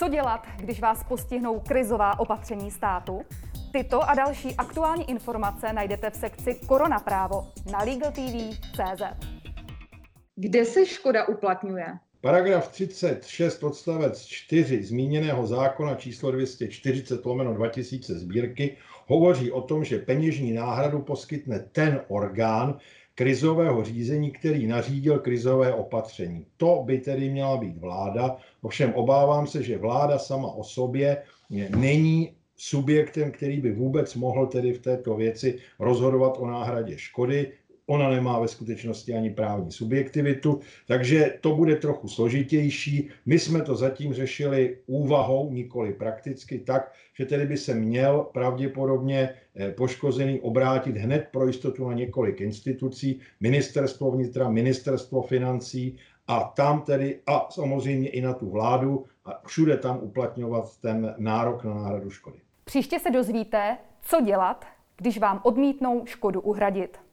Co dělat, když vás postihnou krizová opatření státu? Tyto a další aktuální informace najdete v sekci Koronaprávo na LegalTV.cz. Kde se škoda uplatňuje? Paragraf 36 odstavec 4 zmíněného zákona číslo 240/2000 Sbírky hovoří o tom, že peněžní náhradu poskytne ten orgán krizového řízení, který nařídil krizové opatření. To by tedy měla být vláda, ovšem obávám se, že vláda sama o sobě není subjektem, který by vůbec mohl tedy v této věci rozhodovat o náhradě škody. Ona nemá ve skutečnosti ani právní subjektivitu, takže to bude trochu složitější. My jsme to zatím řešili úvahou, nikoli prakticky, tak, že tedy by se měl pravděpodobně poškozený obrátit hned pro jistotu na několik institucí, ministerstvo vnitra, ministerstvo financí a tam tedy a samozřejmě i na tu vládu a všude tam uplatňovat ten nárok na náhradu škody. Příště se dozvíte, co dělat, když vám odmítnou škodu uhradit.